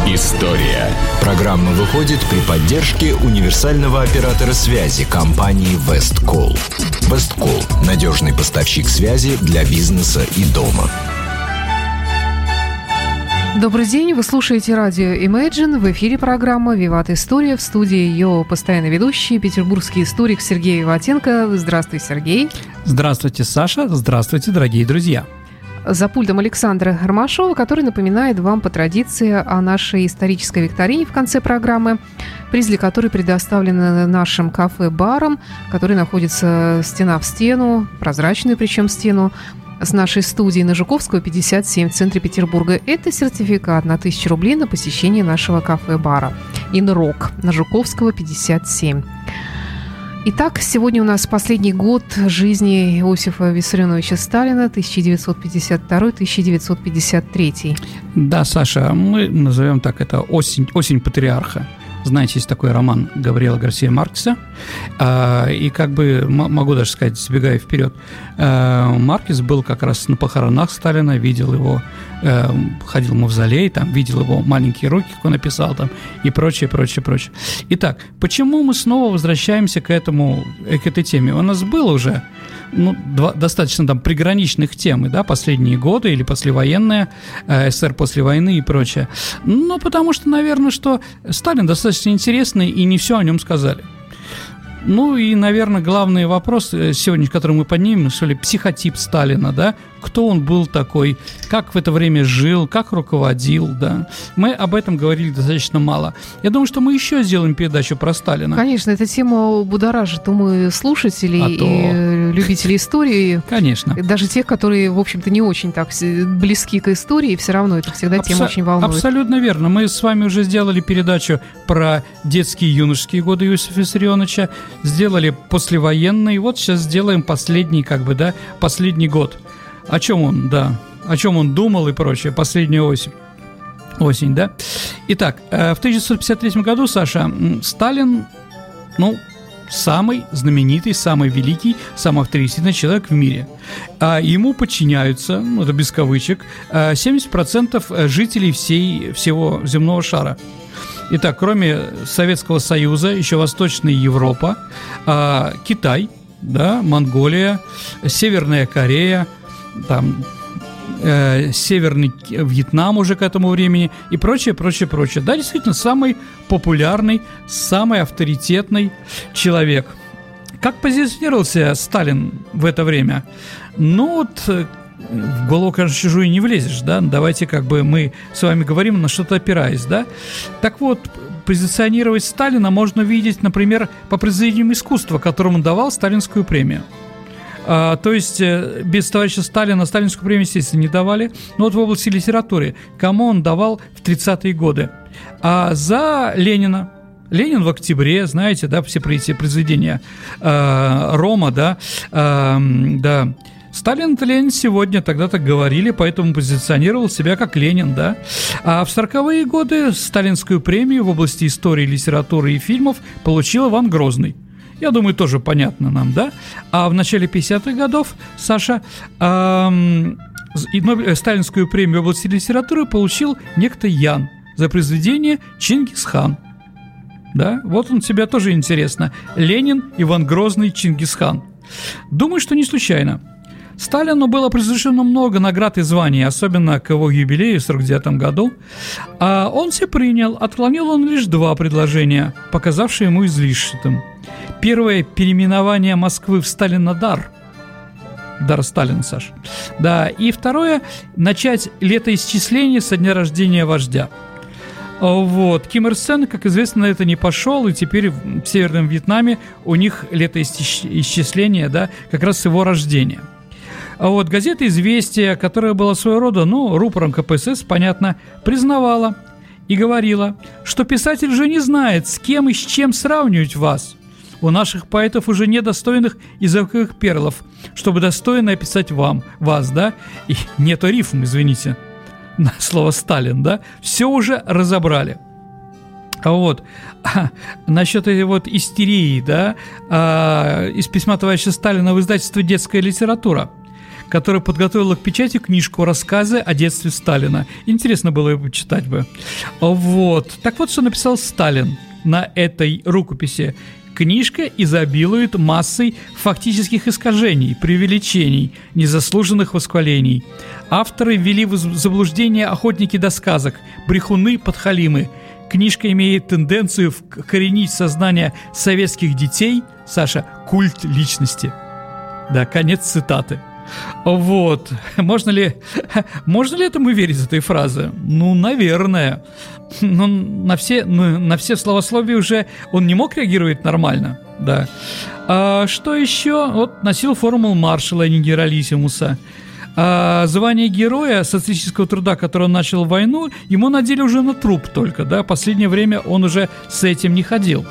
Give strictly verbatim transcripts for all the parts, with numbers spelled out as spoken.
История. Программа выходит при поддержке универсального оператора связи компании Весткол. Весткол – надежный поставщик связи для бизнеса и дома. Добрый день, вы слушаете радио Imagine. В эфире программа «Виват История». В студии ее постоянный ведущий, петербургский историк Сергей Виватенко. Здравствуй, Сергей. Здравствуйте, Саша. Здравствуйте, дорогие друзья. За пультом Александра Ромашова, который напоминает вам по традиции о нашей исторической викторине в конце программы, приз для которой предоставлен нашим кафе-баром, который находится стена в стену, прозрачную причем стену, с нашей студией на Жуковского, пятьдесят семь, в центре Петербурга. Это сертификат на тысячу рублей на посещение нашего кафе-бара «Инрок» на Жуковского, пятьдесят семь. Итак, сегодня у нас последний год жизни Иосифа Виссарионовича Сталина, тысяча девятьсот пятьдесят второй - тысяча девятьсот пятьдесят третий. Да, Саша, мы назовем так это «Осень, осень патриарха». Знаете, есть такой роман Габриэла Гарсия Маркеса. И как бы могу даже сказать, сбегая вперед, Маркес был как раз на похоронах Сталина, видел его, ходил в мавзолей, там, видел его маленькие руки, как он написал там, и прочее, прочее, прочее. Итак, почему мы снова возвращаемся к этому, к этой теме? У нас было уже ну, два, достаточно там приграничных тем, да, последние годы или послевоенные, СССР после войны и прочее. Ну, потому что, наверное, что Сталин достаточно интересный, и не все о нем сказали. Ну и, наверное, главный вопрос сегодня, который мы поднимем, что ли, психотип Сталина, да, кто он был такой, как в это время жил, как руководил, да. Мы об этом говорили достаточно мало. Я думаю, что мы еще сделаем передачу про Сталина. Конечно, эта тема будоражит умы слушателей а и любителей истории. Конечно. Даже тех, которые, в общем-то, не очень так близки к истории, все равно это всегда Абсо- тема очень волнует. Абсолютно верно. Мы с вами уже сделали передачу про детские и юношеские годы Иосифа Виссарионовича, сделали послевоенный, вот сейчас сделаем последний, как бы, да, последний год. О чем он, да, о чем он думал и прочее, последняя осень, осень, да. Итак, в тысяча девятьсот пятьдесят третьем году, Саша, Сталин, ну, самый знаменитый, самый великий, самый авторитетный человек в мире. Ему подчиняются, ну, это без кавычек, семьдесят процентов жителей всей, всего земного шара. Итак, кроме Советского Союза, еще Восточная Европа, Китай, да, Монголия, Северная Корея, там, э, Северный Вьетнам уже к этому времени и прочее, прочее, прочее. Да, действительно, самый популярный, самый авторитетный человек. Как позиционировался Сталин в это время? Ну, вот в голову, конечно, чужую не влезешь, да, давайте как бы мы с вами говорим, на что-то опираясь, да. Так вот, позиционировать Сталина можно видеть, например, по произведениям искусства, которому он давал сталинскую премию. А, то есть без товарища Сталина сталинскую премию, естественно, не давали. Но вот в области литературы кому он давал в тридцатые годы? А за Ленина. Ленин в октябре, знаете, да, все эти произведения а, Рома, да, а, да. Сталин – это Ленин сегодня, тогда так говорили, поэтому позиционировал себя как Ленин, да. А в сороковые годы сталинскую премию в области истории, литературы и фильмов получил Иван Грозный. Я думаю, тоже понятно нам, да? А в начале пятидесятых годов, Саша, эм, сталинскую премию в области литературы получил некто Ян за произведение «Чингисхан». Да? Вот он тебя тоже интересно. Ленин, Иван Грозный, Чингисхан. Думаю, что не случайно. Сталину было присуждено много наград и званий, особенно к его юбилею в сорок девятом году. А он все принял, отклонил он лишь два предложения, показавшие ему излишним. Первое – переименование Москвы в Сталинодар. Дар Сталина, Саш. Да, и второе – начать летоисчисление со дня рождения вождя. Вот. Ким Ир Сен, как известно, на это не пошел, и теперь в Северном Вьетнаме у них летоисчисление, да, как раз с его рождения. А вот газета «Известия», которая была своего рода, ну, рупором ка пэ эс эс, понятно, признавала и говорила, что писатель же не знает, с кем и с чем сравнивать вас. У наших поэтов уже нет достойных языковых перлов, чтобы достойно описать вам, вас, да, и нету рифм, извините, на слово «Сталин», да, все уже разобрали. А вот а, насчет этой вот истерии, да, а, из письма товарища Сталина в издательство «Детская литература». которая подготовила к печати книжку «Рассказы о детстве Сталина». Интересно было его читать бы. Вот. Так вот, что написал Сталин на этой рукописи. Книжка изобилует массой фактических искажений, преувеличений, незаслуженных восхвалений. Авторы ввели в заблуждение охотники до сказок, брехуны, подхалимы. Книжка имеет тенденцию вкоренить в сознание советских детей, Саша, культ личности. Да, конец цитаты. Вот. Можно ли, можно ли этому верить, этой фразы? Ну, наверное. Но на все, ну, на все словословия уже он не мог реагировать нормально. Да. А что еще? Вот носил формулу маршала, а не генералиссимуса. А звание героя социалистического труда, который он начал войну, ему надели уже на труп только. Да? Последнее время он уже с этим не ходил.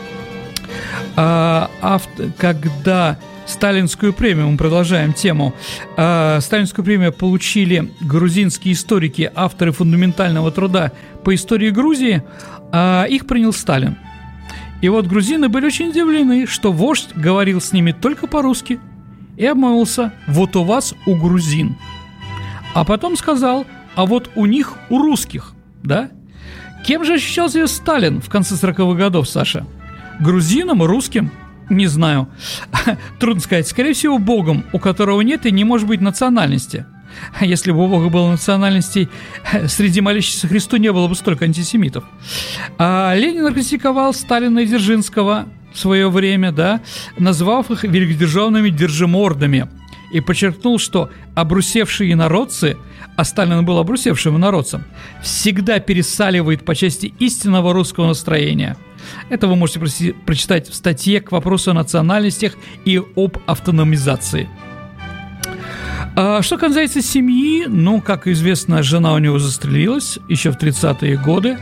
А, авто, когда... Сталинскую премию, мы продолжаем тему. э, Сталинскую премию получили грузинские историки, авторы фундаментального труда по истории Грузии. э, Их принял Сталин. И вот грузины были очень удивлены, что вождь говорил с ними только по-русски. И обмолвился: вот у вас, у грузин. А потом сказал: а вот у них, у русских. Да? Кем же ощущал себя Сталин в конце сороковых годов, Саша? Грузином, русским? Не знаю. Трудно сказать. Скорее всего, богом, у которого нет и не может быть национальности. Если бы у бога было национальностей, среди молящихся Христу не было бы столько антисемитов. А Ленин критиковал Сталина и Дзержинского в свое время, да, назвав их великодержавными держимордами, и подчеркнул, что обрусевшие инородцы, а Сталин был обрусевшим инородцем, всегда пересаливает по части истинного русского настроения. Это вы можете прочитать в статье к вопросу о национальностях и об автономизации. А что касается семьи, ну, как известно, жена у него застрелилась еще в тридцатые годы.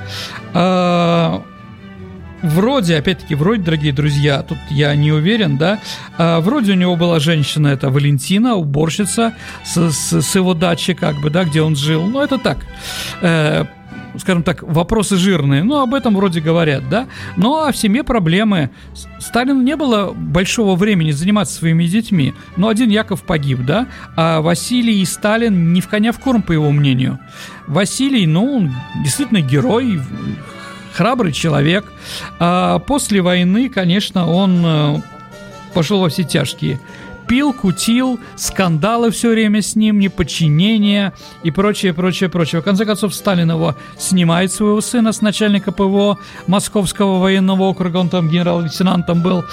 А, вроде, опять-таки, вроде, дорогие друзья, тут я не уверен, да, а, вроде у него была женщина, это Валентина, уборщица с, с, с его дачи, как бы, да, где он жил. Ну, это так, э, скажем так, вопросы жирные, но об этом вроде говорят, да. Ну, а в семье проблемы. Сталину не было большого времени заниматься своими детьми, но один Яков погиб, да, а Василий и Сталин не в коня в корм, по его мнению. Василий, ну, действительно герой, храбрый человек. А после войны, конечно, он пошел во все тяжкие. Пил, кутил, скандалы все время с ним, неподчинение и прочее, прочее, прочее. В конце концов, Сталин его снимает, своего сына, с начальника ПВО Московского военного округа, он там генерал-лейтенантом был.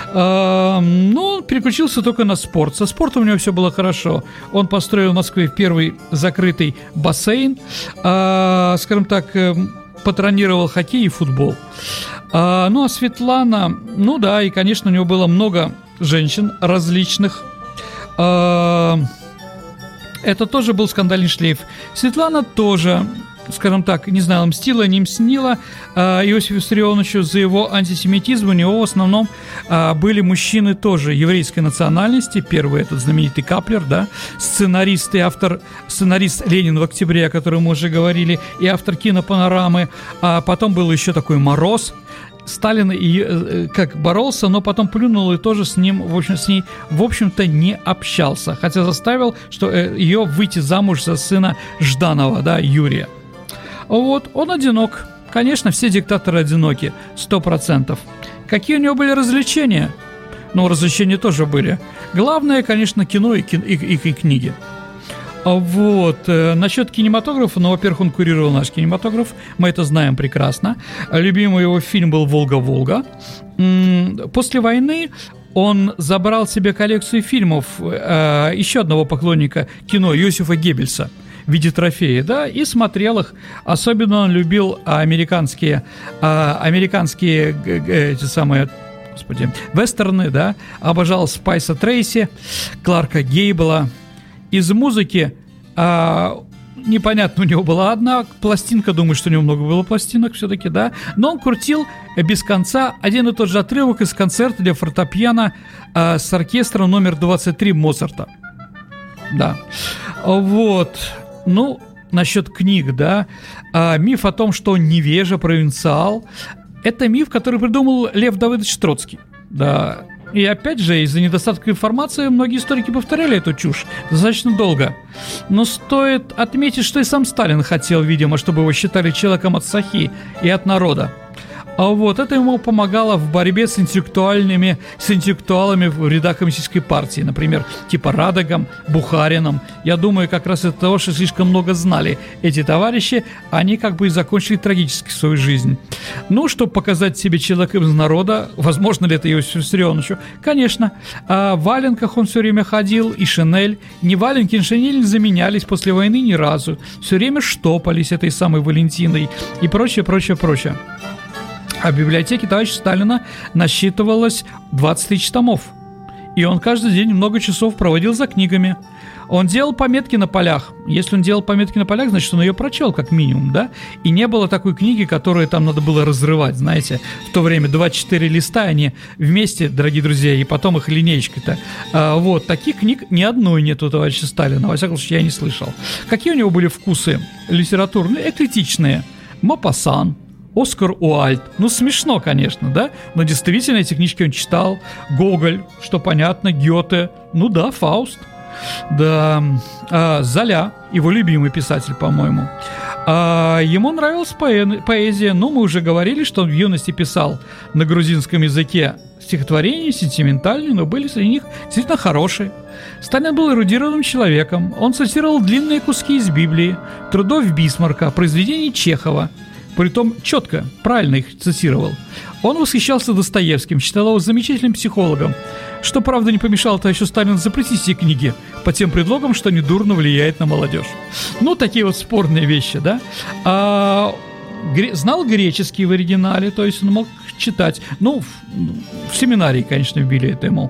Но переключился только на спорт. Со спортом у него все было хорошо. Он построил в Москве первый закрытый бассейн, скажем так, патронировал хоккей и футбол. Ну, а Светлана, ну да, и, конечно, у него было много женщин различных. Это тоже был скандальный шлейф. Светлана тоже, скажем так, не знаю, мстила, не мстила Иосифу Виссарионовичу за его антисемитизм. У него в основном были мужчины тоже еврейской национальности. Первый этот знаменитый Каплер, да, сценарист и автор, сценарист «Ленин в октябре», о котором мы уже говорили, и автор кинопанорамы. А потом был еще такой Мороз. Сталин и, как боролся, но потом плюнул и тоже с ним, в общем, с ней, в общем-то, не общался, хотя заставил, что ее выйти замуж за сына Жданова, да, Юрия. Вот, он одинок. Конечно, все диктаторы одиноки, сто процентов. Какие у него были развлечения? Ну, развлечения тоже были. Главное, конечно, кино и, кино, и, и, и книги. Вот. Насчет кинематографа, ну, во-первых, он курировал наш кинематограф, мы это знаем прекрасно. Любимый его фильм был «Волга-Волга». После войны он забрал себе коллекцию фильмов э, еще одного поклонника кино, Йосифа Геббельса, в виде трофея, да, и смотрел их. Особенно он любил американские, э, американские э, эти самые... Господи, вестерны, да, обожал Спайса Трейси, Кларка Гейбла. Из музыки а, непонятно, у него была одна пластинка, думаю, что у него много было пластинок все-таки, да, но он крутил без конца один и тот же отрывок из концерта для фортепиано а, с оркестром номер двадцать три Моцарта. Да, вот, ну, насчет книг, да, а, миф о том, что он невежа, провинциал, это миф, который придумал Лев Давыдович Троцкий. Да, И опять же, из-за недостатка информации многие историки повторяли эту чушь достаточно долго. Но стоит отметить, что и сам Сталин хотел, видимо, чтобы его считали человеком от сахи и от народа. А вот это ему помогало в борьбе с интеллектуальными, с интеллектуалами в рядах коммунистической партии, например, типа Радогом, Бухарином. Я думаю, как раз из-за того, что слишком много знали эти товарищи, они как бы и закончили трагически свою жизнь. Ну, чтобы показать себе человека из народа, возможно ли это Иосифу Виссарионовичу? Конечно. А в валенках он все время ходил, и шинель. Ни валенки, ни шинель не заменялись после войны ни разу. Все время штопались этой самой Валентиной и прочее, прочее, прочее. А в библиотеке товарища Сталина насчитывалось двадцать тысяч томов. И он каждый день много часов проводил за книгами. Он делал пометки на полях. Если он делал пометки на полях, значит, он ее прочел как минимум, да? И не было такой книги, которую там надо было разрывать, знаете. В то время двадцать четыре листа, они вместе, дорогие друзья, и потом их линеечкой-то. А, вот, таких книг ни одной нету у товарища Сталина. Во всяком случае, я не слышал. Какие у него были вкусы литературные? Эклектичные. Мопассан, Оскар Уальд. Ну, смешно, конечно, да? Но действительно, эти книжки он читал. Гоголь, что понятно, Гёте. Ну да, Фауст. Да, а, Золя, его любимый писатель, по-моему. А, ему нравилась поэ- поэзия. Ну, мы уже говорили, что он в юности писал на грузинском языке стихотворения, сентиментальные, но были среди них действительно хорошие. Сталин был эрудированным человеком. Он цитировал длинные куски из Библии, трудов Бисмарка, произведений Чехова. Притом четко, правильно их цитировал. Он восхищался Достоевским, считал его замечательным психологом, что, правда, не помешало товарищу Сталину запретить эти книги по тем предлогам, что они дурно влияют на молодежь. Ну, такие вот спорные вещи, да. А, гре- знал греческий в оригинале, то есть он мог читать. Ну, в, в семинарии, конечно, вбили это ему.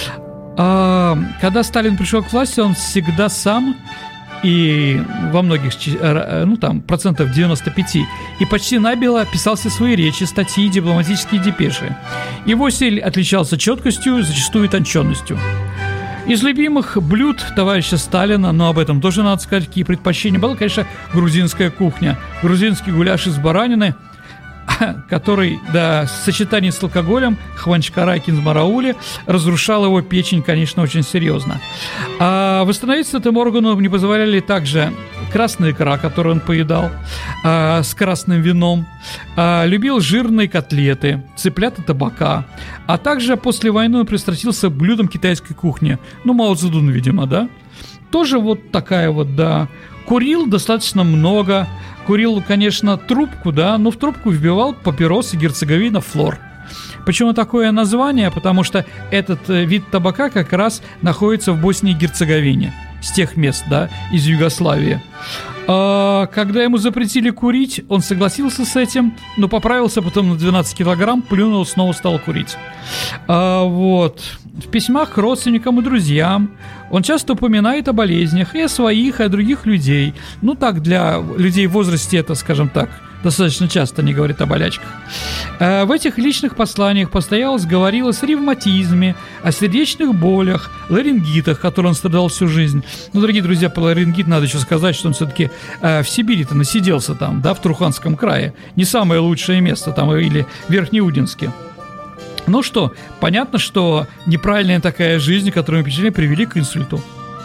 А, когда Сталин пришел к власти, он всегда сам... И во многих, ну там, процентов девяносто пять, и почти набело писал все свои речи, статьи, дипломатические депеши. Его стиль отличался четкостью, зачастую тонченностью. Из любимых блюд товарища Сталина, но об этом тоже надо сказать, какие предпочтения, была, конечно, грузинская кухня. Грузинский гуляш из баранины, который, да, в сочетании с алкоголем, хванчкара и кинзмараули, разрушал его печень, конечно, очень серьезно. А восстановиться этому органу не позволяли также красная икра, которую он поедал, а, с красным вином, а, любил жирные котлеты, цыплят и табака, а также после войны он пристрастился к блюдам китайской кухни. Ну, Мао Цзэдун, видимо, да? Тоже вот такая вот, да. Курил достаточно много. Курил, конечно, трубку, да, но в трубку вбивал папиросы Герцеговина Флор. Почему такое название? Потому что этот вид табака как раз находится в Боснии и Герцеговине, с тех мест, да, из Югославии. А, когда ему запретили курить, он согласился с этим, но поправился потом на двенадцать килограмм, плюнул, снова стал курить. А, вот. В письмах к родственникам и друзьям он часто упоминает о болезнях и о своих, и о других людей. Ну так, для людей в возрасте это, скажем так, достаточно часто не говорит о болячках. А в этих личных посланиях постоянно говорилось о ревматизме, о сердечных болях, ларингитах, которым он страдал всю жизнь. Ну, дорогие друзья, по ларингит надо еще сказать, что он все-таки э, в Сибири-то насиделся там, да, в Труханском крае. Не самое лучшее место там, или Верхнеудинске. Ну что, понятно, что неправильная такая жизнь, которую мы пережили, привели к инсульту.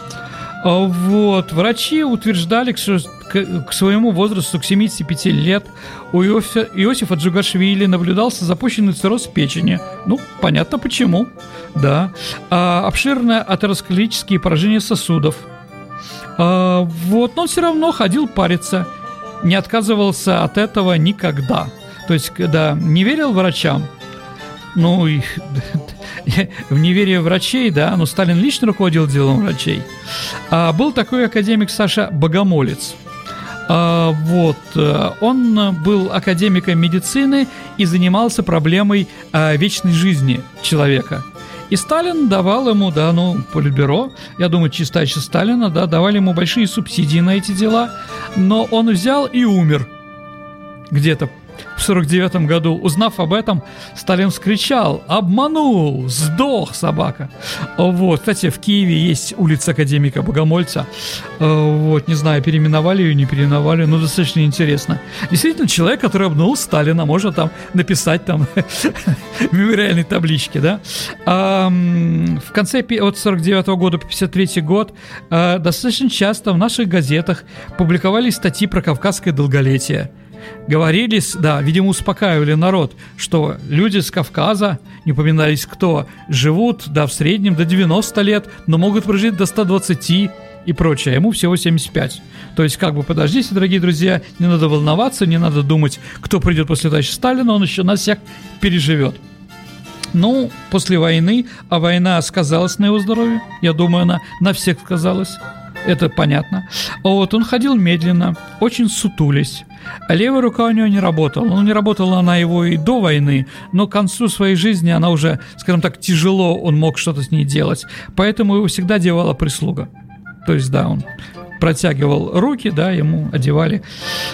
Вот, врачи утверждали, что к, к своему возрасту, к семидесяти пяти лет, у Иосифа, Иосифа Джугашвили наблюдался запущенный цирроз печени. Ну, понятно почему, да. А, обширное атеросклеротические поражения сосудов. А, вот, но он все равно ходил париться, не отказывался от этого никогда. То есть, когда не верил врачам, ну, и, в неверие врачей, да, но Сталин лично руководил делом врачей. А, был такой академик Саша Богомолец. А, вот, он был академиком медицины и занимался проблемой а, вечной жизни человека. И Сталин давал ему, да, ну, Политбюро, я думаю, чистаче Сталина, да, давали ему большие субсидии на эти дела, но он взял и умер где-то в сорок девятом году. Узнав об этом, Сталин вскричал: «Обманул! Сдох, собака!» Вот. Кстати, в Киеве есть улица Академика Богомольца. Вот. Не знаю, переименовали ее, не переименовали, но достаточно интересно. Действительно, человек, который обманул Сталина, можно там написать там мемориальные таблички, да? А, в конце от сорок девятого года по пятьдесят третий год а, достаточно часто в наших газетах публиковались статьи про кавказское долголетие. Говорили, да, видимо, успокаивали народ, что люди с Кавказа, не упоминались кто, живут, да, в среднем до девяноста лет, но могут прожить до ста двадцати и прочее. Ему всего семьдесят пять. То есть, как бы, подождите, дорогие друзья, не надо волноваться, не надо думать, кто придет после товарища Сталина, он еще нас всех переживет. Ну, после войны, а война сказалась на его здоровье, я думаю, она на всех сказалась. Это понятно. Вот, он ходил медленно, очень сутулясь. Левая рука у него не работала. Ну, не работала она его и до войны, но к концу своей жизни она уже, скажем так, тяжело, он мог что-то с ней делать. Поэтому его всегда одевала прислуга. То есть, да, он протягивал руки, да, ему одевали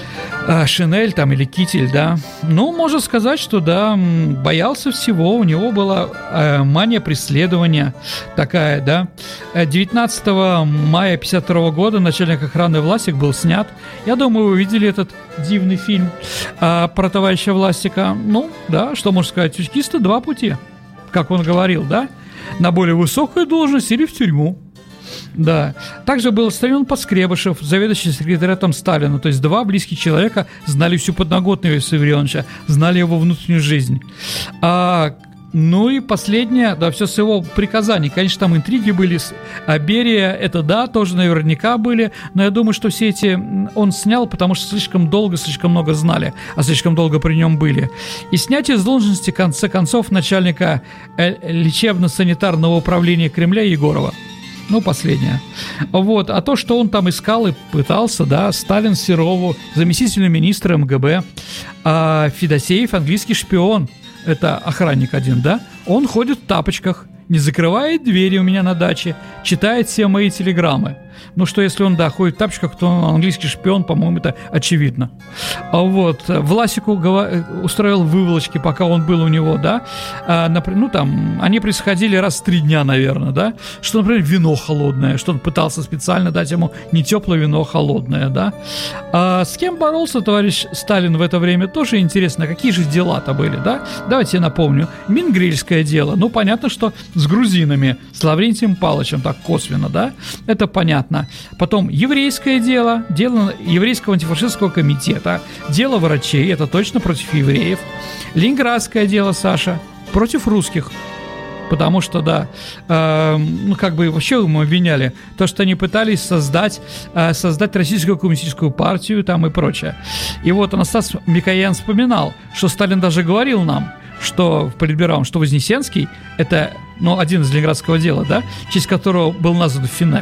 а, шинель там или китель, да. Ну, можно сказать, что, да, боялся всего. У него была а, мания преследования такая, да. девятнадцатого мая пятьдесят второго года начальник охраны Власик был снят. Я думаю, вы видели этот дивный фильм а, про товарища Власика. Ну, да, что можно сказать, чисто два пути, как он говорил, да. На более высокую должность или в тюрьму. Да. Также был Сталин Поскребышев, заведующий секретариатом Сталина. То есть два близких человека знали всю подноготную Иосифа Виссарионовича, знали его внутреннюю жизнь. А, ну и последнее, да, все с его приказаний. Конечно, там интриги были. А Берия, это да, тоже наверняка были. Но я думаю, что все эти он снял, потому что слишком долго, слишком много знали, а слишком долго при нем были. И снятие с должности, в конце концов, начальника лечебно-санитарного управления Кремля Егорова. Ну, последнее. Вот. А то, что он там искал и пытался, да, Сталин Серову, заместителю министра эм гэ бэ, а Федосеев, английский шпион, это охранник один, да, он ходит в тапочках, не закрывает двери у меня на даче, читает все мои телеграммы. Ну, что если он, да, ходит в тапочках, то он английский шпион, по-моему, это очевидно. А вот Власику устроил выволочки, пока он был у него, да. А, например, ну, там, они происходили раз в три дня, наверное, да. Что, например, вино холодное, что он пытался специально дать ему не теплое вино, а холодное, да. А с кем боролся товарищ Сталин в это время, тоже интересно. Какие же дела-то были, да. Давайте я напомню. Мингрельское дело. Ну, понятно, что с грузинами, с Лаврентием Павловичем, так косвенно, да. Это понятно. Потом еврейское дело, дело еврейского антифашистского комитета, дело врачей, это точно против евреев. Ленинградское дело, Саша, против русских. Потому что, да, э, ну, как бы вообще мы обвиняли то, что они пытались создать, э, создать Российскую коммунистическую партию там и прочее. И вот Анастас Микоян вспоминал, что Сталин даже говорил нам, что в Политбюро, что Вознесенский – это, ну, один из ленинградского дела, да, в честь которого был назван Финек,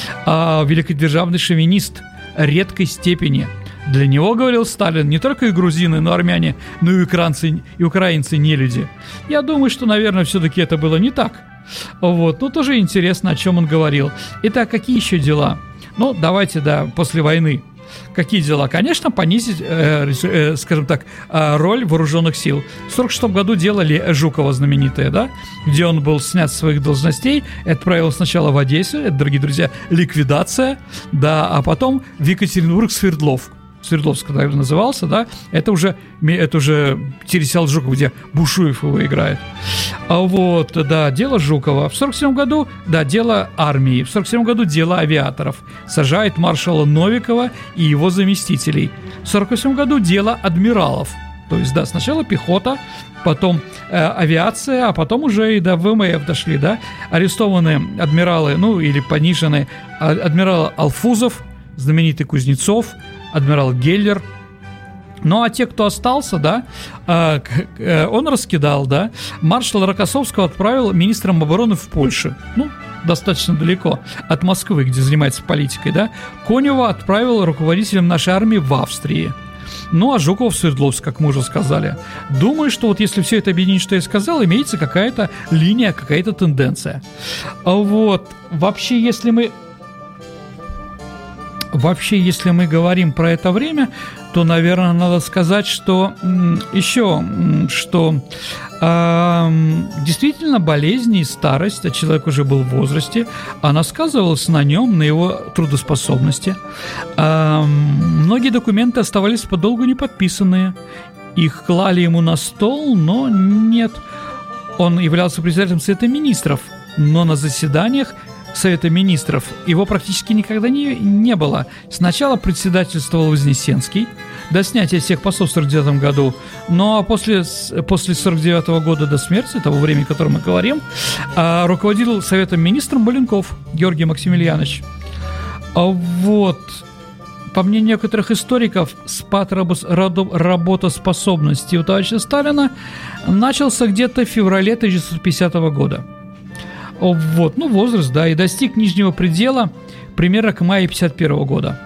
а великодержавный шовинист редкой степени. Для него, говорил Сталин, не только и грузины, но и армяне, но и украинцы, и украинцы не люди. Я думаю, что, наверное, все-таки это было не так. Вот, ну, тоже интересно, о чем он говорил. Итак, какие еще дела? Ну, давайте, да, после войны. Какие дела? Конечно, понизить, э, э, скажем так, э, роль вооруженных сил. В сорок шестом году делали Жукова знаменитое, да, где он был снят с своих должностей, отправил сначала в Одессу, это, дорогие друзья, ликвидация, да, а потом в Екатеринбург, Свердловск. Свердловск, когда назывался, да, это уже, это уже телесериал Жуков, где Бушуев его играет. А вот, да, дело Жукова. В сорок седьмом году, да, дело армии. В сорок седьмом году дело авиаторов. Сажает маршала Новикова и его заместителей. В сорок восьмом году дело адмиралов. То есть, да, сначала пехота, потом э, авиация, а потом уже и до вэ эм эф дошли, да. Арестованы адмиралы, ну, или пониженные, адмирал Алфузов, знаменитый Кузнецов, адмирал Геллер. Ну, а те, кто остался, да, э, э, он раскидал, да. Маршала Рокоссовского отправил министром обороны в Польшу. Ну, достаточно далеко от Москвы, где занимается политикой, да. Конева отправил руководителем нашей армии в Австрии. Ну, а Жукова в Свердловск, как мы уже сказали. Думаю, что вот если все это объединить, что я сказал, имеется какая-то линия, какая-то тенденция. Вот. Вообще, если мы... вообще, если мы говорим про это время, то, наверное, надо сказать, что еще, что э, действительно болезни и старость, а человек уже был в возрасте, она сказывалась на нем, на его трудоспособности. Э, многие документы оставались подолгу не подписанные. Их клали ему на стол, но нет. Он являлся председателем Совета Министров, но на заседаниях Совета Министров его практически никогда не, не было. Сначала председательствовал Вознесенский до снятия всех постов в сорок девятом году, ну а после, после сорок девятого года до смерти, того времени, о котором мы говорим, руководил Советом Министром Маленков Георгий Максимiliaнович. Вот. По мнению некоторых историков, спад работоспособности у товарища Сталина начался где-то в феврале тысяча девятьсот пятидесятого года. Вот, ну, возраст, да, и достиг нижнего предела примерно к маю тысяча девятьсот пятьдесят первого года.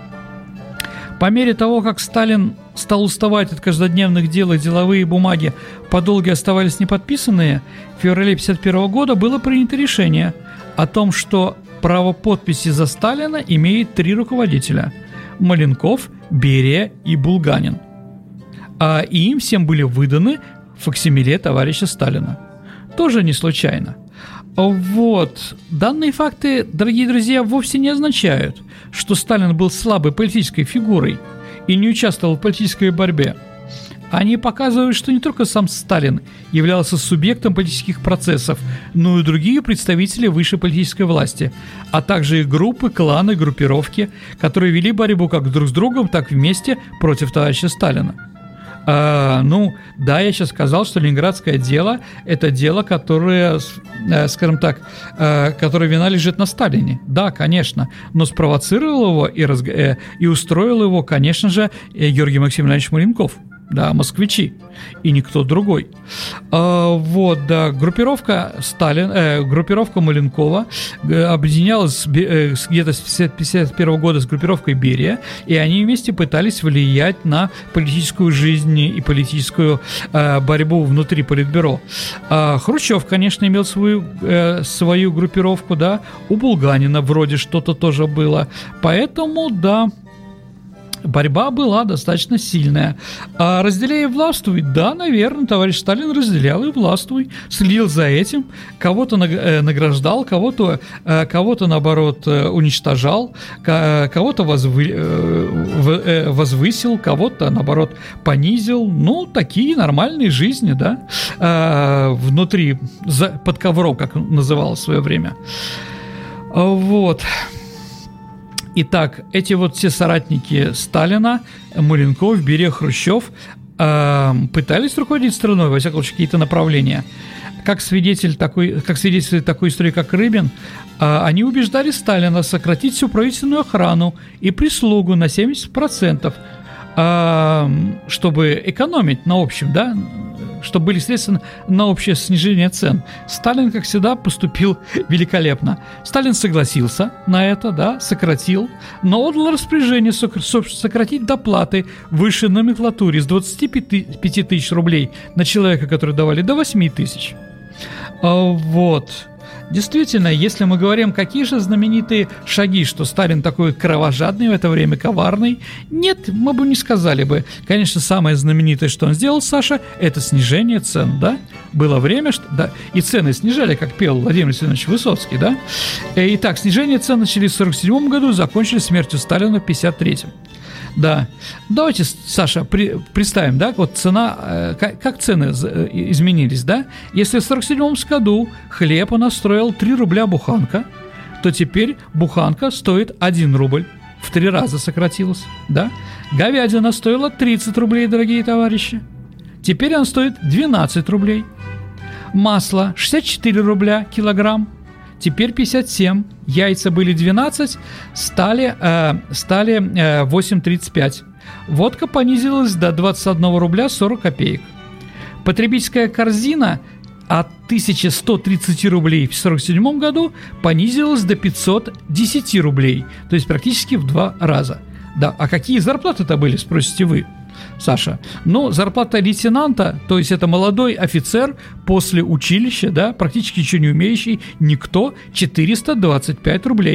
По мере того, как Сталин стал уставать от каждодневных дел и деловые бумаги подолгу оставались неподписанные, в феврале тысяча девятьсот пятьдесят первого года было принято решение о том, что право подписи за Сталина имеет три руководителя – Маленков, Берия и Булганин. А, и им всем были выданы факсимиле товарища Сталина. Тоже не случайно. Вот. Данные факты, дорогие друзья, вовсе не означают, что Сталин был слабой политической фигурой и не участвовал в политической борьбе. Они показывают, что не только сам Сталин являлся субъектом политических процессов, но и другие представители высшей политической власти, а также и группы, кланы, группировки, которые вели борьбу как друг с другом, так и вместе против товарища Сталина. А, ну, да, я сейчас сказал, что Ленинградское дело – это дело, которое, скажем так, которое вина лежит на Сталине. Да, конечно, но спровоцировал его и, разг... и устроил его, конечно же, Георгий Максимiliaнович Маленков. Да, москвичи, и никто другой. А, вот, да, группировка Сталин, э, группировка Маленкова э, объединялась э, где-то с тысяча девятьсот пятьдесят первого года с группировкой Берия, и они вместе пытались влиять на политическую жизнь и политическую э, борьбу внутри Политбюро. А Хрущев, конечно, имел свою, э, свою группировку, да, у Булганина вроде что-то тоже было, поэтому, да, борьба была достаточно сильная. А разделяя и властвуй, да, наверное, товарищ Сталин разделял и властвуй, следил за этим, кого-то награждал, кого-то, кого-то наоборот, уничтожал, кого-то возвы, возвысил, кого-то, наоборот, понизил. Ну, такие нормальные жизни, да, внутри, под ковром, как называлось в свое время. Вот. Итак, эти вот все соратники Сталина, Маленков, Берия, Хрущев, э, пытались руководить страной, во всяком случае, какие-то направления. Как свидетель такой, как свидетель такой истории, как Рыбин, э, они убеждали Сталина сократить всю правительственную охрану и прислугу на семьдесят процентов, э, чтобы экономить на общем, да, чтобы были средства на общее снижение цен. Сталин, как всегда, поступил великолепно. Сталин согласился на это, да, сократил, но отдал распоряжение сократить доплаты высшей номенклатуре с двадцати пяти тысяч рублей на человека, который давали, до восьми тысяч. Вот. Действительно, если мы говорим, какие же знаменитые шаги, что Сталин такой кровожадный в это время, коварный, нет, мы бы не сказали бы. Конечно, самое знаменитое, что он сделал, Саша, это снижение цен, да? Было время, что, да, и цены снижали, как пел Владимир Владимирович Высоцкий, да? Итак, снижение цен начались в сорок седьмом году, закончились смертью Сталина в пятьдесят третьем. Да, давайте, Саша, при, представим, да, вот цена, э, как, как цены изменились, да? Если в сорок седьмом году хлеб у нас стоил три рубля буханка, то теперь буханка стоит один рубль, в три раза сократилась, да? Говядина стоила тридцать рублей, дорогие товарищи, теперь она стоит двенадцать рублей. Масло шестьдесят четыре рубля килограмм, теперь пятьдесят семь. Яйца были двенадцать, стали, э, стали э, восемь тридцать пять. Водка понизилась до двадцать один рубля сорок копеек. Потребительская корзина от тысяча сто тридцать рублей в сорок седьмом году понизилась до пятьсот десять рублей, то есть практически в два раза. Да, а какие зарплаты-то были, спросите вы, Саша? Ну, зарплата лейтенанта, то есть это молодой офицер после училища, да, практически ничего не умеющий, никто, четыреста двадцать пять рублей.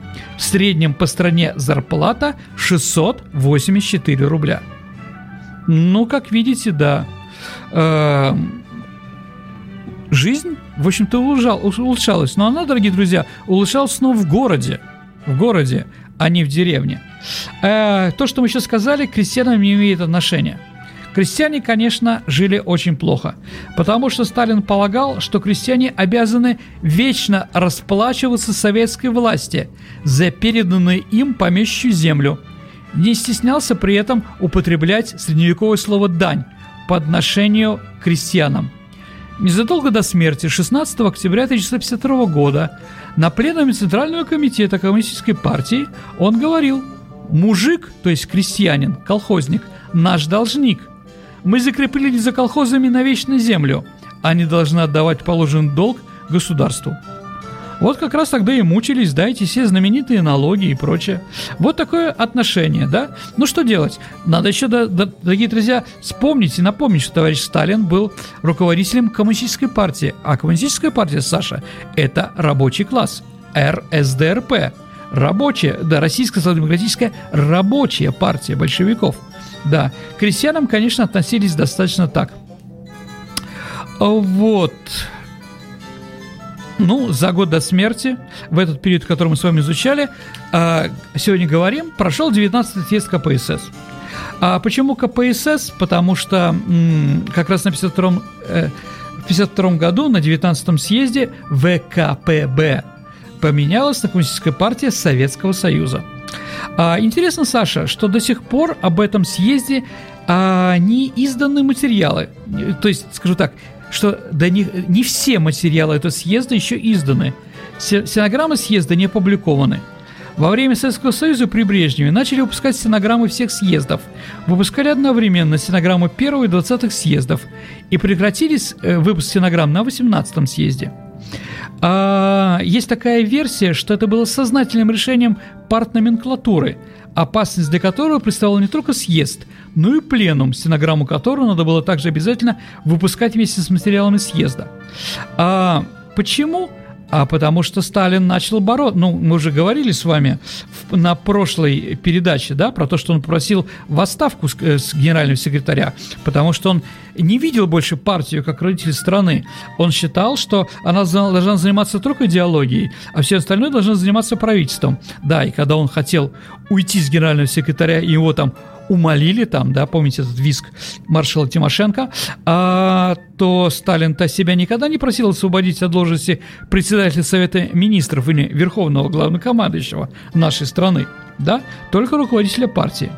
В среднем по стране зарплата шестьсот восемьдесят четыре рубля. Ну, как видите, да. Э, жизнь, в общем-то, улучшал, улучшалась. Но она, дорогие друзья, улучшалась снова в городе. В городе, а не в деревне. Э, то, что мы сейчас сказали, к крестьянам не имеет отношения. Крестьяне, конечно, жили очень плохо, потому что Сталин полагал, что крестьяне обязаны вечно расплачиваться советской власти за переданную им помещичью землю. Не стеснялся при этом употреблять средневековое слово «дань» по отношению к крестьянам. Незадолго до смерти, шестнадцатого октября тысяча девятьсот пятьдесят второго года, на пленуме Центрального комитета Коммунистической партии он говорил: «Мужик, то есть крестьянин, колхозник, наш должник. Мы закрепились за колхозами на вечную землю. Они должны отдавать положенный долг государству». Вот как раз тогда и мучились, да, эти все знаменитые налоги и прочее. Вот такое отношение, да. Ну что делать? Надо еще, да, да, дорогие друзья, вспомнить и напомнить, что товарищ Сталин был руководителем Коммунистической партии. А Коммунистическая партия, Саша, это рабочий класс. эр эс дэ эр пэ. Рабочая, да, Российская социал-демократическая рабочая партия большевиков. Да, к крестьянам, конечно, относились достаточно так. Вот. Ну, за год до смерти, в этот период, который мы с вами изучали, сегодня говорим, прошел девятнадцатый съезд ка пэ эс эс. А почему ка пэ эс эс? Потому что как раз на пятьдесят втором, в пятьдесят втором году на девятнадцатом съезде вэ ка пэ бэ поменялась на Коммунистическая партия Советского Союза. А, интересно, Саша, что до сих пор об этом съезде а, не изданы материалы. То есть, скажу так, что да не, не все материалы этого съезда еще изданы. Стенограммы съезда не опубликованы. Во время Советского Союза при Брежневе начали выпускать стенограммы всех съездов. Выпускали одновременно стенограммы первого и двадцатых съездов. И прекратились э, выпуск стенограмм на восемнадцатом съезде. А, есть такая версия, что это было сознательным решением партноменклатуры, опасность для которого представлял не только съезд, но и пленум, стенограмму которого надо было также обязательно выпускать вместе с материалами съезда. А почему? А потому что Сталин начал бороться. Ну, мы уже говорили с вами в, на прошлой передаче, да, про то, что он попросил в отставку с, с генерального секретаря, потому что он не видел больше партию как родитель страны. Он считал, что она должна заниматься только идеологией, а все остальное должно заниматься правительством. Да, и когда он хотел уйти с генерального секретаря, его там умолили, там, да, помните этот визг маршала Тимошенко, а, то Сталин-то себя никогда не просил освободить от должности председателя Совета Министров или Верховного Главнокомандующего нашей страны, да, только руководителя партии.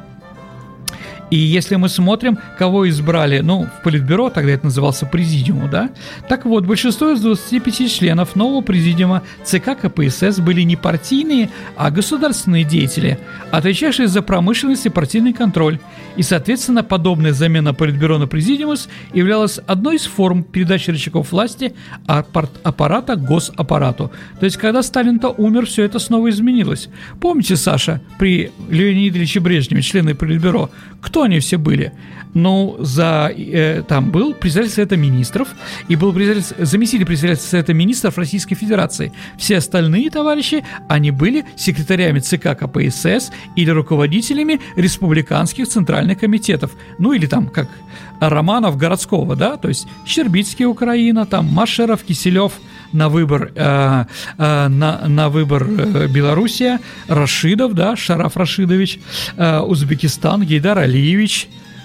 И если мы смотрим, кого избрали, ну, в Политбюро, тогда это назывался Президиум, да, так вот, большинство из двадцати пяти членов нового Президиума ЦК ка пэ эс эс были не партийные, а государственные деятели, отвечавшие за промышленность и партийный контроль. И, соответственно, подобная замена Политбюро на Президиум являлась одной из форм передачи рычагов власти от аппарата к госаппарату. То есть, когда Сталин-то умер, все это снова изменилось. Помните, Саша, при Леониде Ильиче Брежневе, члены Политбюро, кто они все были? Ну, за, э, там был председатель Совета Министров и был председатель, заместитель председателя Совета Министров Российской Федерации. Все остальные товарищи, они были секретарями ЦК ка пэ эс эс или руководителями республиканских центральных комитетов. Ну, или там, как Романов городского, да, то есть Щербицкий, Украина, там Машеров, Киселев на выбор, э, э, на, на выбор э, Белоруссия, Рашидов, да, Шараф Рашидович, э, Узбекистан, Гейдар Алиевич,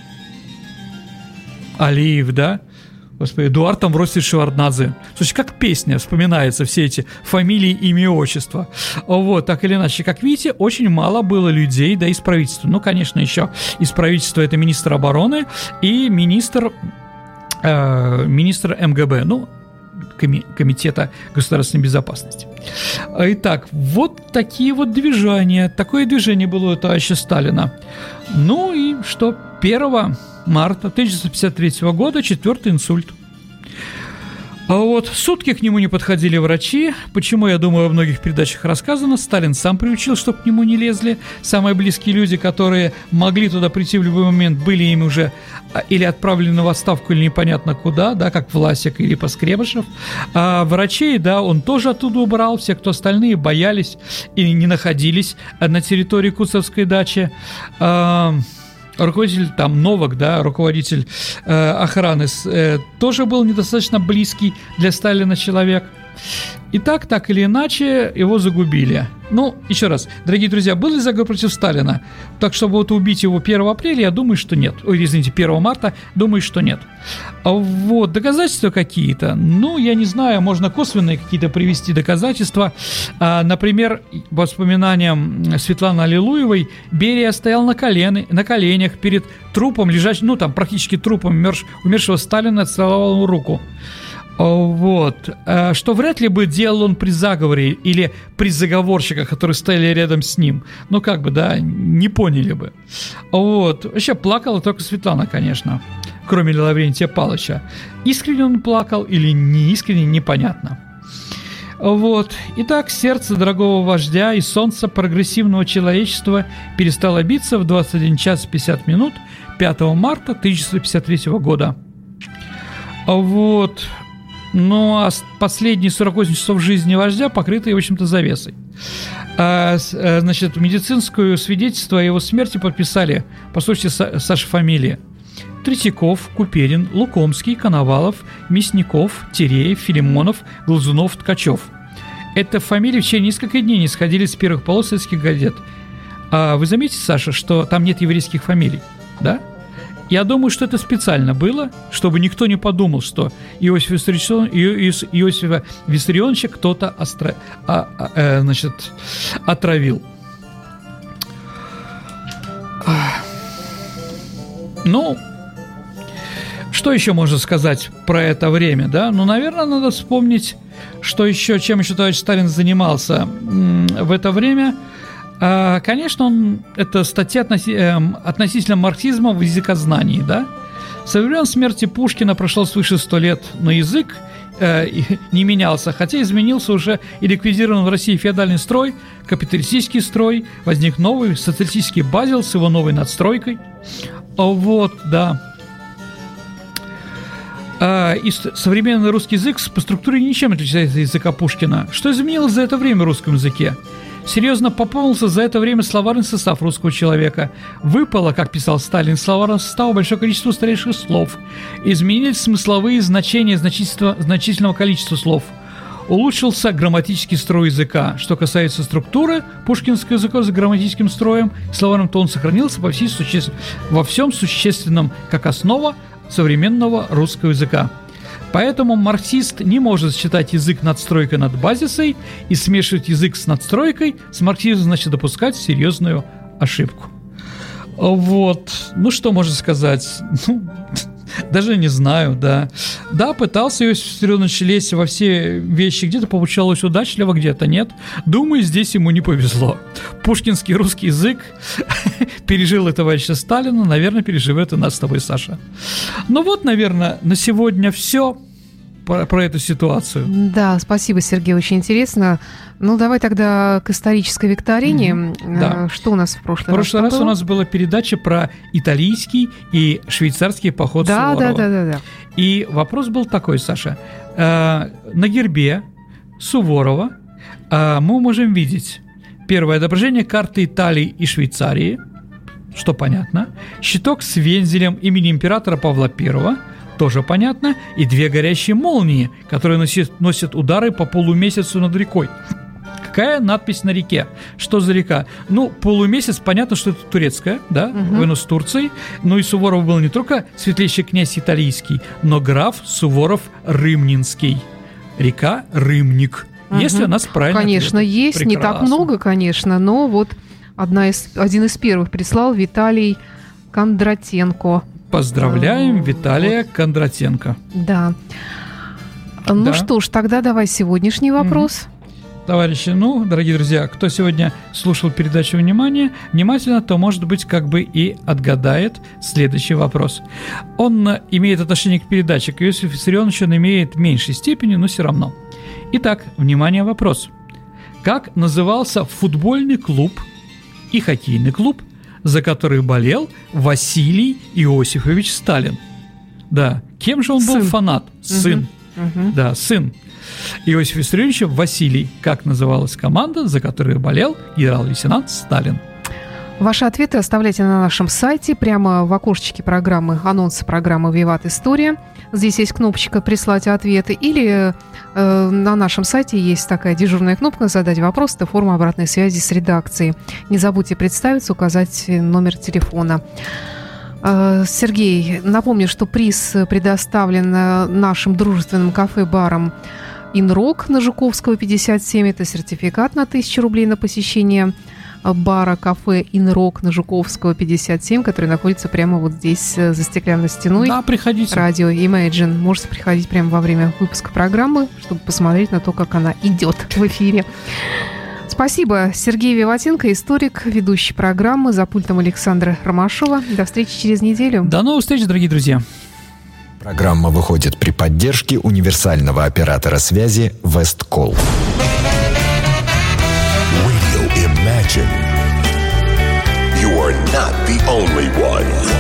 Алиев, да, господи, Эдуард Амвросович Шеварднадзе. Слушай, как песня вспоминаются все эти фамилии, имя, отчество. Вот, так или иначе, как видите, очень мало было людей, да, из правительства. Ну, конечно, еще из правительства это министр обороны и министр, э, министр эм гэ бэ, ну, Комитета государственной безопасности. Итак, вот такие вот движения. Такое движение было у товарища Сталина. Ну и что? первого марта тысяча девятьсот пятьдесят третьего года четвертый инсульт. А вот сутки к нему не подходили врачи. Почему, я думаю, во многих передачах рассказано. Сталин сам приучил, чтобы к нему не лезли. Самые близкие люди, которые могли туда прийти в любой момент, были им уже или отправлены в отставку, или непонятно куда, да, как Власик или Поскребышев. А врачей, да, он тоже оттуда убрал. Все, кто остальные, боялись и не находились на территории Куцевской дачи. Руководитель там Новак, да, руководитель э, охраны, э, тоже был недостаточно близкий для Сталина человек. И так, так или иначе, его загубили. Ну, еще раз, дорогие друзья, был ли заговор против Сталина? Так, чтобы вот убить его первого апреля, я думаю, что нет. Ой, извините, первого марта, думаю, что нет. А вот доказательства какие-то, ну, я не знаю, можно косвенные какие-то привести доказательства. А, например, по воспоминаниям Светланы Аллилуевой, Берия стоял на, колен, на коленях перед трупом, лежащим, ну, там, практически трупом умерш, умершего Сталина, целовал ему руку. Вот. Что вряд ли бы делал он при заговоре или при заговорщиках, которые стояли рядом с ним. Ну, как бы, да, не поняли бы. Вот. Вообще плакала только Светлана, конечно, кроме Лаврентия Павловича. Искренне он плакал или не искренне, непонятно. Вот. Итак, сердце дорогого вождя и солнца прогрессивного человечества перестало биться в двадцать один час пятьдесят минут пятого марта тысяча девятьсот пятьдесят третьего года. Вот. Ну, а последние сорок восемь часов жизни вождя покрыты, в общем-то, завесой. А, значит, медицинское свидетельство о его смерти подписали, послушайте, Саша, фамилии: Третьяков, Куперин, Лукомский, Коновалов, Мясников, Тереев, Филимонов, Глазунов, Ткачев. Это фамилии в течение нескольких дней не сходили с первых полос советских газет. А вы заметите, Саша, что там нет еврейских фамилий, да? Я думаю, что это специально было, чтобы никто не подумал, что Иосиф Виссарионович, Иосифа Виссарионовича кто-то остро, а, а, э, значит, отравил. Ну, что еще можно сказать про это время, да? Ну, наверное, надо вспомнить, что еще, чем еще товарищ Сталин занимался в это время. Конечно, он, это статья относи, э, относительно марксизма в языкознании, да? Со времен смерти Пушкина прошло свыше ста лет, но язык э, не менялся, хотя изменился уже и ликвидирован в России феодальный строй, капиталистический строй, возник новый социалистический базил с его новой надстройкой. Вот, да. И современный русский язык по структуре ничем не отличается от языка Пушкина. Что изменилось за это время в русском языке? Серьезно пополнился за это время словарный состав русского человека. Выпало, как писал Сталин, из словарного состава большое количество устаревших слов. Изменились смысловые значения значительного, значительного количества слов. Улучшился грамматический строй языка. Что касается структуры пушкинского языка с грамматическим строем, словарным, то он сохранился во, всей суще... во всем существенном как основа современного русского языка. Поэтому марксист не может считать язык надстройкой над базисой, и смешивать язык с надстройкой с марксизмом значит допускать серьезную ошибку. Вот. Ну, что можно сказать? Ну, даже не знаю, да. Да, пытался Иосиф Виссарионович лезть во все вещи. Где-то получалось удачливо, где-то нет. Думаю, здесь ему не повезло. Пушкинский русский язык пережил и товарища Сталина, наверное, переживет и нас с тобой, Саша. Ну вот, наверное, на сегодня все про, про эту ситуацию. Да, спасибо, Сергей, очень интересно. Ну, давай тогда к исторической викторине. Mm-hmm. Да. Что у нас в прошлый раз? В прошлый раз, раз у нас была передача про итальянский и швейцарский поход да, Суворова. Да, да, да, да. И вопрос был такой, Саша. Э, на гербе Суворова э, мы можем видеть первое отображение карты Италии и Швейцарии, что понятно, щиток с вензелем имени императора Павла Первого, тоже понятно, и две горящие молнии, которые носят, носят удары по полумесяцу над рекой. Какая надпись на реке? Что за река? Ну, полумесяц, понятно, что это турецкая, да, угу. война с Турцией. Ну и Суворов был не только светлейший князь италийский, но граф Суворов-Рымнинский. Река Рымник. Угу. Если у нас правильно. Конечно, ответ. Есть, прекрасно. Не так много, конечно, но вот одна из, один из первых прислал Виталий Кондратенко. Поздравляем, Виталия вот. Кондратенко. Да. Ну да. Что ж, тогда давай сегодняшний вопрос. товарищи, ну, дорогие друзья, кто сегодня слушал передачу «Внимание» внимательно, то, может быть, как бы и отгадает следующий вопрос. Он имеет отношение к передаче, к Иосифу Виссарионовичу он имеет в меньшей степени, но все равно. Итак, внимание, вопрос. Как назывался футбольный клуб и хоккейный клуб, за который болел Василий Иосифович Сталин? Да, кем же он сын. был фанат? Сын. Угу. Да, сын Иосифа Виссарионовича Василий. Как называлась команда, за которую болел генерал-лейтенант Сталин? Ваши ответы оставляйте на нашем сайте, прямо в окошечке программы, анонса программы «Виват История». Здесь есть кнопочка «Прислать ответы», или э, на нашем сайте есть такая дежурная кнопка «Задать вопрос». Это форма обратной связи с редакцией. Не забудьте представиться, указать номер телефона. Э, Сергей, напомню, что приз предоставлен нашим дружественным кафе-баром «Инрок» на Жуковского, пятьдесят семь. Это сертификат на тысячу рублей на посещение бара, кафе «Инрок» на Жуковского, пятьдесят семь, который находится прямо вот здесь, за стеклянной стеной. Да, приходите. Радио Imagine. Можете приходить прямо во время выпуска программы, чтобы посмотреть на то, как она идет в эфире. Спасибо. Сергей Виватенко, историк, ведущий программы, за пультом Александра Ромашова. До встречи через неделю. До новых встреч, дорогие друзья. Программа выходит при поддержке универсального оператора связи Весткол. Imagine you are not the only one.